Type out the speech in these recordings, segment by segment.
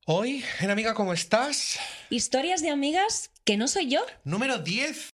Hoy, en Amiga, ¿cómo estás? Historias de amigas que no soy yo. Número 10.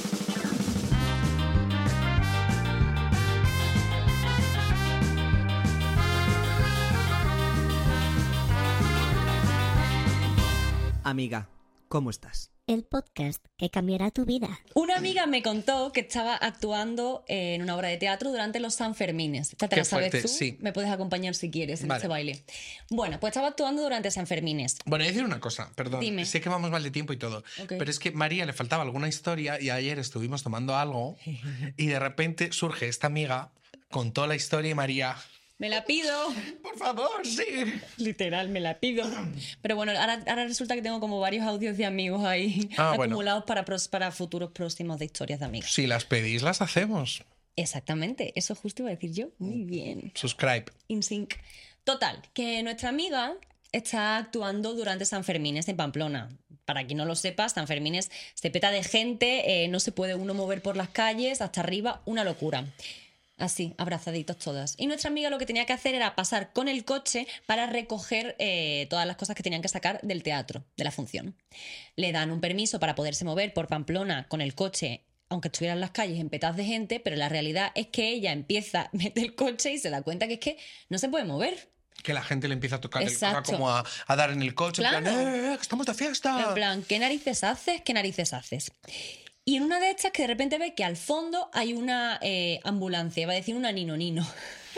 Amiga, ¿cómo estás? El podcast que cambiará tu vida. Una amiga me contó que estaba actuando en una obra de teatro durante los Sanfermines. ¿Esta te Qué la sabes fuerte, tú? sí. Me puedes acompañar si quieres en Vale. este baile. Bueno, pues estaba actuando durante Sanfermines. Bueno, voy a decir una cosa, perdón. Dime. Sé que vamos mal de tiempo y todo, Ok. pero es que a María le faltaba alguna historia y ayer estuvimos tomando algo y de repente surge esta amiga, contó la historia y María, Me la pido. por favor, sí. Literal, me la pido. Pero bueno, ahora resulta que tengo como varios audios de amigos ahí Bueno. acumulados para futuros próximos de historias de amigas. Si las pedís, las hacemos. Exactamente, eso justo iba a decir yo. Muy bien. Subscribe. In sync. Total, que nuestra amiga está actuando durante San Fermines en Pamplona. Para quien no lo sepa, San Fermines se peta de gente, no se puede uno mover por las calles, hasta arriba, una locura. Así, abrazaditos todas. Y nuestra amiga lo que tenía que hacer era pasar con el coche para recoger todas las cosas que tenían que sacar del teatro, de la función. Le dan un permiso para poderse mover por Pamplona con el coche, aunque estuvieran las calles empetadas de gente, pero la realidad es que ella empieza, mete el coche y se da cuenta que es que no se puede mover. Que la gente le empieza a tocar el Exacto. como a dar en el coche, en Claro. plan, que estamos de fiesta. En plan, ¿qué narices haces? ¿Qué narices haces? Y en una de estas que de repente ve que al fondo hay una ambulancia, iba a decir una nino.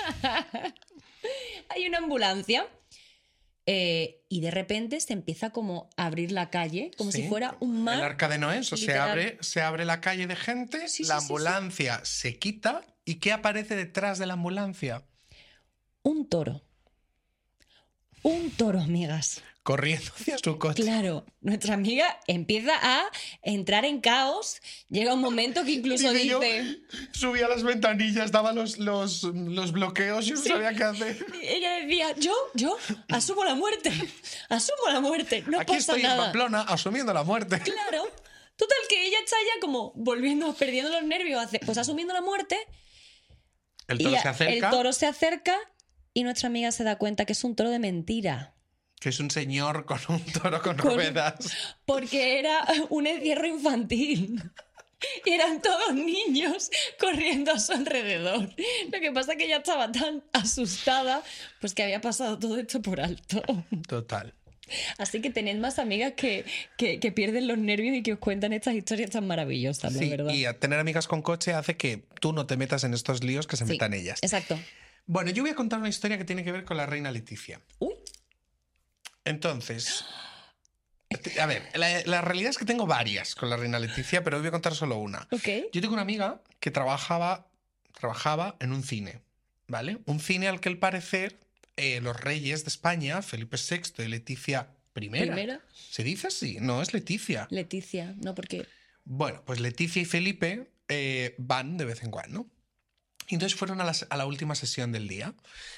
Hay una ambulancia y de repente se empieza como a abrir la calle, como Sí. si fuera un mar. El arca de Noé, eso, literal. se abre la calle de gente, Sí, la sí, sí, ambulancia se quita. ¿Y qué aparece detrás de la ambulancia? Un toro. Un toro, amigas. Corriendo hacia su coche. Claro, nuestra amiga empieza a entrar en caos. Llega un momento que incluso Dice, yo dice... subía las ventanillas, daba los bloqueos y no Sí. sabía qué hacer. Ella decía, yo asumo la muerte, no Aquí pasa estoy en nada. Pamplona asumiendo la muerte. Claro. Total, que ella está ya como perdiendo los nervios, pues asumiendo la muerte. El Y toro ya se acerca, el toro se acerca y nuestra amiga se da cuenta que es un toro de mentira. que es un señor con un toro con Con- ruedas. Porque era un encierro infantil. Y eran todos niños corriendo a su alrededor. Lo que pasa es que ella estaba tan asustada, pues que había pasado todo esto por alto. Total. Así que tened más amigas que pierden los nervios y que os cuentan estas historias tan maravillosas, la Sí, verdad. y a tener amigas con coche hace que tú no te metas en estos líos que se Sí, metan ellas. Exacto. Bueno, yo voy a contar una historia que tiene que ver con la reina Leticia. Uy, Entonces, a ver, la realidad es que tengo varias con la reina Leticia, pero hoy voy a contar solo una. ok. Yo tengo una amiga que trabajaba en un cine, ¿vale? Un cine al que al parecer los reyes de España, Felipe VI y Leticia I. Primera. ¿Se dice así? No, es Leticia. Leticia, no, porque... Bueno, pues Leticia y Felipe van de vez en cuando. Y entonces fueron a la última sesión del día.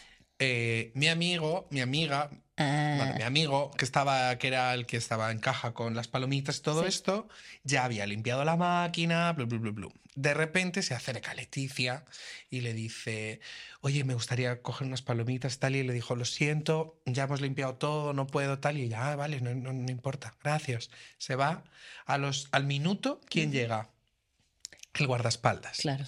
Mi amiga, bueno, mi amigo, que era el que estaba en caja con las palomitas y todo Sí. esto, ya había limpiado la máquina, blu, blu, blu, blu. De repente se acerca Leticia y le dice, oye, me gustaría coger unas palomitas tal, y le dijo, lo siento, ya hemos limpiado todo, no puedo tal, y ella, vale, no importa, gracias. Se va, al minuto, ¿quién llega? El guardaespaldas. Claro.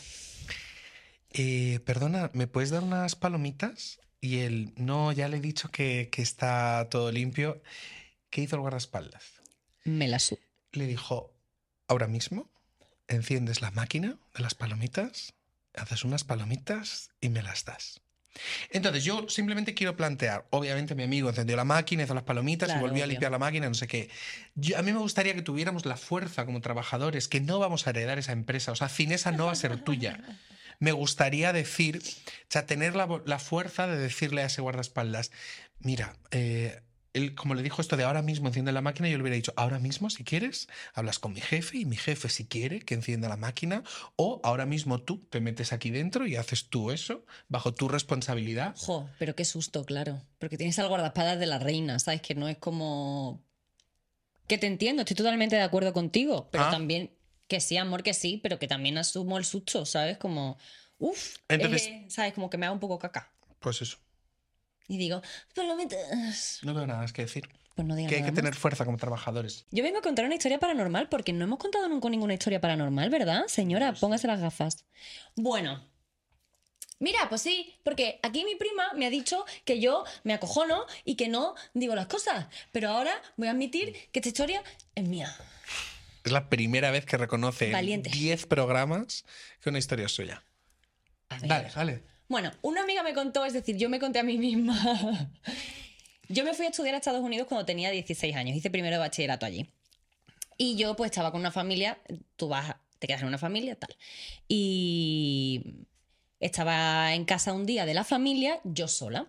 Perdona, ¿me puedes dar unas palomitas? Y él, no, ya le he dicho que está todo limpio. ¿Qué hizo el guardaespaldas? Me la su... Le dijo, ahora mismo enciendes la máquina de las palomitas, haces unas palomitas y me las das. Entonces yo simplemente quiero plantear, obviamente mi amigo encendió la máquina, hizo las palomitas Claro, y volvió a obvio. limpiar la máquina, no sé qué. A mí me gustaría que tuviéramos la fuerza como trabajadores, que no vamos a heredar esa empresa, o sea, Cinesa no va a ser tuya. Me gustaría decir, o sea, tener la fuerza de decirle a ese guardaespaldas, mira, él, como le dijo esto de ahora mismo enciende la máquina, yo le hubiera dicho, ahora mismo si quieres, hablas con mi jefe y mi jefe si quiere que encienda la máquina, o ahora mismo tú te metes aquí dentro y haces tú eso bajo tu responsabilidad. Jo, pero qué susto, claro. Porque tienes al guardaespaldas de la reina, ¿sabes? Que no es como... Que te entiendo, estoy totalmente de acuerdo contigo, pero también que sí, amor, que sí, pero que también asumo el susto, ¿sabes? Como, uff, Entonces- ¿sabes? Como que me haga un poco caca. Pues eso. Y digo, por lo menos... No veo nada más que decir. Pues no digas Que hay nada que más. tener fuerza como trabajadores. Yo vengo a contar una historia paranormal porque no hemos contado nunca ninguna historia paranormal, ¿verdad? Señora, póngase las gafas. Bueno, mira, pues sí, porque aquí mi prima me ha dicho que yo me acojono y que no digo las cosas. Pero ahora voy a admitir que esta historia es mía. Es la primera vez que reconoce en Valiente. 10 programas que una historia es suya. A ver. Dale. Bueno, una amiga me contó, es decir, yo me conté a mí misma. Yo me fui a estudiar a Estados Unidos cuando tenía 16 años. Hice primero de bachillerato allí. Y yo pues estaba con una familia, te quedas en una familia, tal. Y estaba en casa un día de la familia, yo sola.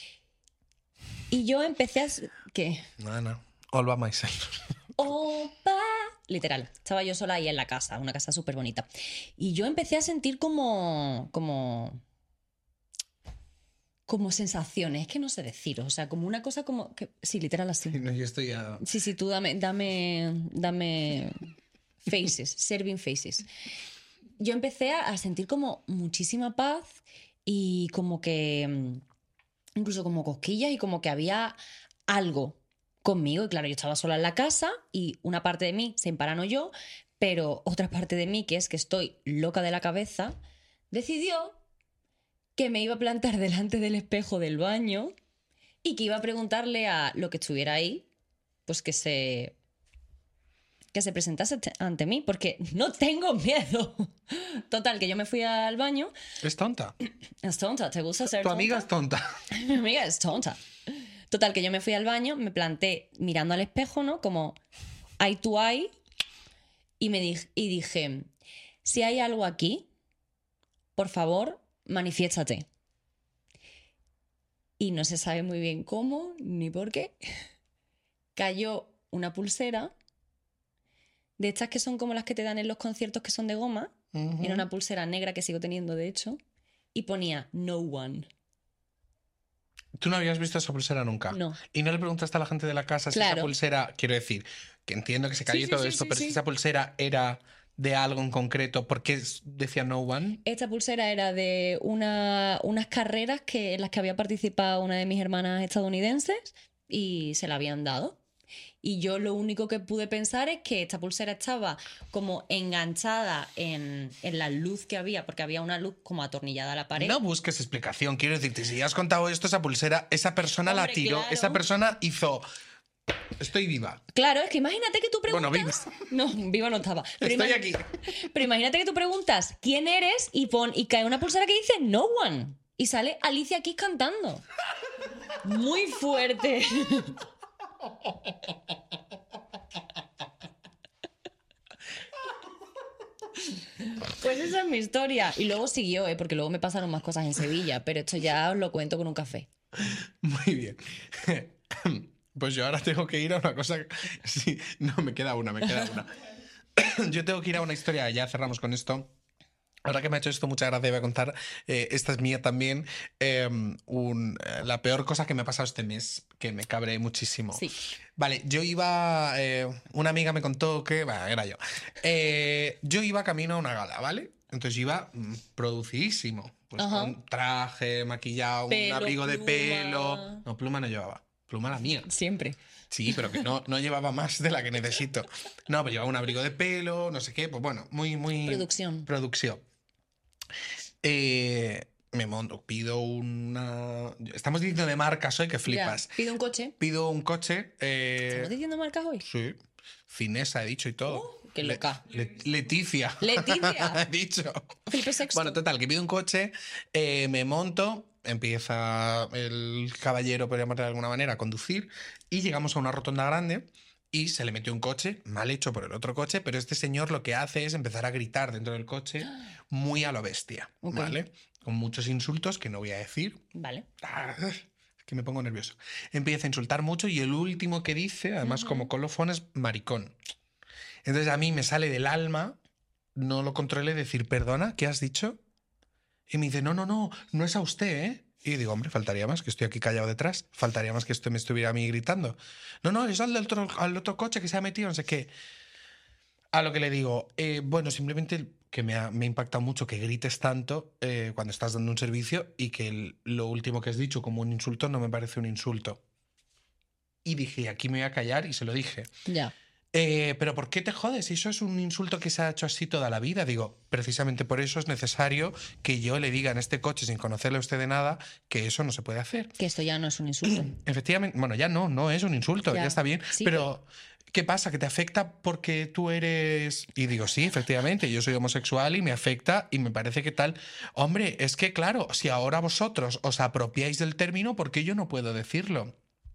Y yo empecé a... ¿Qué? No. All by myself. ¡Opa! Literal, estaba yo sola ahí en la casa, una casa súper bonita. Y yo empecé a sentir como sensaciones, es que no sé deciros, o sea, como una cosa como... Que, sí, literal así. No, yo estoy ya... Sí, tú dame faces, serving faces. Yo empecé a sentir como muchísima paz y como que, incluso como cosquillas y como que había algo conmigo. Y claro, yo estaba sola en la casa y una parte de mí se emparanoyó, pero otra parte de mí, que es que estoy loca de la cabeza, decidió que me iba a plantar delante del espejo del baño y que iba a preguntarle a lo que estuviera ahí, pues que se presentase ante mí, porque no tengo miedo. Total, que yo me fui al baño. Es tonta. Es tonta, ¿te gusta ser Tu tonta? amiga es tonta. Mi amiga es tonta. Total, que yo me fui al baño, me planté mirando al espejo, ¿no? Como eye to eye, y dije, si hay algo aquí, por favor, manifiéstate. Y no se sabe muy bien cómo ni por qué. Cayó una pulsera de estas que son como las que te dan en los conciertos que son de goma. Ujú. Era una pulsera negra que sigo teniendo, de hecho, y ponía no one. Tú no habías visto esa pulsera nunca. No. Y no le preguntaste a la gente de la casa si esa Claro. pulsera, quiero decir, que entiendo que se cayó Sí, todo sí, esto, sí, pero sí. si esa pulsera era de algo en concreto, ¿por qué decía no one? Esta pulsera era de unas carreras en las que había participado una de mis hermanas estadounidenses y se la habían dado. Y yo lo único que pude pensar es que esta pulsera estaba como enganchada en la luz que había, porque había una luz como atornillada a la pared. No busques explicación, quiero decirte, si has contado esto, esa pulsera, esa persona la Hombre, tiró, claro. esa persona hizo... Estoy viva. Claro, es que imagínate que tú Bueno, preguntas... viva. No, viva no estaba. Pero Estoy aquí. Pero imagínate que tú preguntas quién eres y cae una pulsera que dice no one. Y sale Alicia Keys cantando. Muy fuerte. Pues esa es mi historia. Y luego siguió, porque luego me pasaron más cosas en Sevilla, pero esto ya os lo cuento con un café. Muy bien. Pues yo ahora tengo que ir a una cosa... Sí, no, me queda una. Yo tengo que ir a una historia, ya cerramos con esto. Ahora que me ha hecho esto, muchas gracias, voy a contar, esta es mía también, la peor cosa que me ha pasado este mes, que me cabré muchísimo. Sí. Vale, yo iba, una amiga me contó que, bueno, era yo, yo iba camino a una gala, ¿vale? Entonces iba producidísimo, pues Ajá. con traje, maquillado, un Pelo, abrigo de pluma. pelo. No, pluma no llevaba, pluma la mía. Siempre. Sí, pero que no llevaba más de la que necesito. No, pues llevaba un abrigo de pelo, no sé qué, pues bueno, muy... Producción. Me monto, pido una... Estamos diciendo de marcas hoy que flipas. Ya, pido un coche. Pido un coche... ¿Estamos diciendo marcas hoy? Sí, Cinesa he dicho y todo. Qué loca. Leticia. Leticia. He dicho. Felipe VI. Bueno, total, que pido un coche, me monto, empieza el caballero, por llamarlo de alguna manera, a conducir y llegamos a una rotonda grande y se le metió un coche, mal hecho por el otro coche, pero este señor lo que hace es empezar a gritar dentro del coche muy a lo bestia, Ok. ¿vale? Con muchos insultos que no voy a decir. Vale. Que me pongo nervioso. Empieza a insultar mucho y el último que dice, además como colofón, es maricón. Entonces a mí me sale del alma, no lo controlé, decir, perdona, ¿qué has dicho? Y me dice, no es a usted, ¿eh? Y digo, hombre, faltaría más que estoy aquí callado detrás, faltaría más que usted me estuviera a mí gritando. No, es al otro coche que se ha metido, no sé qué. A lo que le digo, bueno, simplemente que me ha impactado mucho que grites tanto cuando estás dando un servicio y que lo último que has dicho como un insulto no me parece un insulto. Y dije, aquí me voy a callar y se lo dije. Ya. Pero ¿por qué te jodes? Eso es un insulto que se ha hecho así toda la vida. Digo, precisamente por eso es necesario que yo le diga en este coche, sin conocerle a usted de nada, que eso no se puede hacer. Que esto ya no es un insulto. Efectivamente, bueno, ya no es un insulto, ya está bien. Sí, pero ¿qué pasa? ¿Que te afecta porque tú eres...? Y digo, sí, efectivamente, yo soy homosexual y me afecta y me parece que tal... Hombre, es que claro, si ahora vosotros os apropiáis del término, ¿por qué yo no puedo decirlo?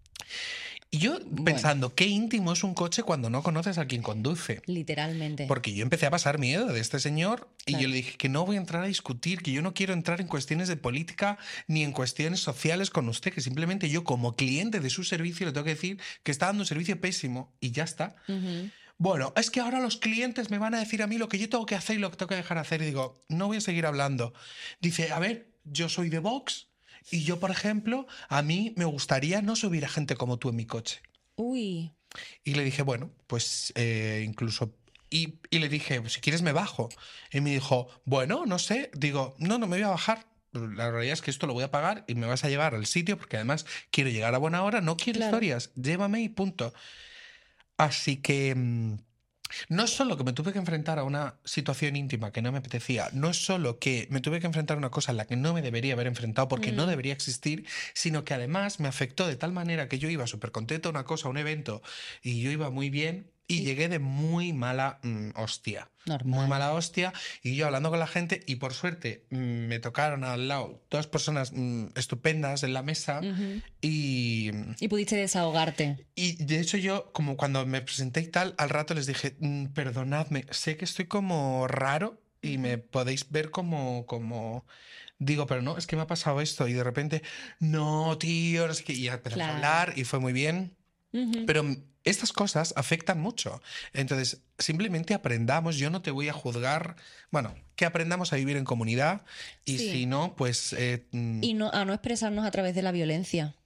Y yo pensando, qué íntimo es un coche cuando no conoces a quien conduce. Literalmente. Porque yo empecé a pasar miedo de este señor y Claro. yo le dije que no voy a entrar a discutir, que yo no quiero entrar en cuestiones de política ni en cuestiones sociales con usted, que simplemente yo como cliente de su servicio le tengo que decir que está dando un servicio pésimo y ya está. Ujú. Bueno, es que ahora los clientes me van a decir a mí lo que yo tengo que hacer y lo que tengo que dejar hacer. Y digo, no voy a seguir hablando. Dice, a ver, yo soy de Vox y yo, por ejemplo, a mí me gustaría no subir a gente como tú en mi coche. Uy. Y le dije, bueno, pues incluso... Y le dije, si quieres me bajo. Y me dijo, bueno, no sé. Digo, no me voy a bajar. La realidad es que esto lo voy a pagar y me vas a llevar al sitio porque además quiero llegar a buena hora, no quiero Claro. historias, llévame y punto. Así que no es solo que me tuve que enfrentar a una situación íntima que no me apetecía, no es solo que me tuve que enfrentar a una cosa en la que no me debería haber enfrentado porque no debería existir, sino que además me afectó de tal manera que yo iba súper contento a una cosa, a un evento, y yo iba muy bien y llegué de muy mala hostia. Normal. Muy mala hostia. Y yo hablando con la gente y por suerte me tocaron al lado dos personas estupendas en la mesa y... Y pudiste desahogarte. Y de hecho yo, como cuando me presenté y tal, al rato les dije, perdonadme, sé que estoy como raro y me podéis ver como... Digo, pero no, es que me ha pasado esto. Y de repente, no, tío, no sé qué. Y ya empezamos a Claro. hablar y fue muy bien. Ujú. Pero estas cosas afectan mucho. Entonces, simplemente aprendamos, yo no te voy a juzgar. Bueno, que aprendamos a vivir en comunidad y Sí. si no, pues... Y a no expresarnos a través de la violencia.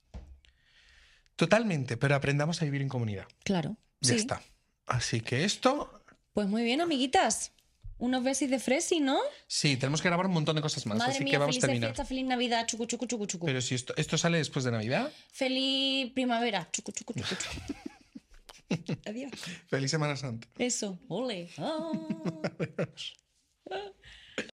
Totalmente, pero aprendamos a vivir en comunidad. Claro. Ya Sí. está. Así que esto... Pues muy bien, amiguitas. Unos besis de fresi, ¿no? Sí, tenemos que grabar un montón de cosas más, Madre así mía, que vamos a feliz terminar. fiesta, feliz Navidad, chucu, chucu, chucu, chucu. Pero si esto sale después de Navidad, Feliz primavera, chucu, chucu, chucu, chucu. Adiós. feliz Semana Santa. Eso. Ole. Ah.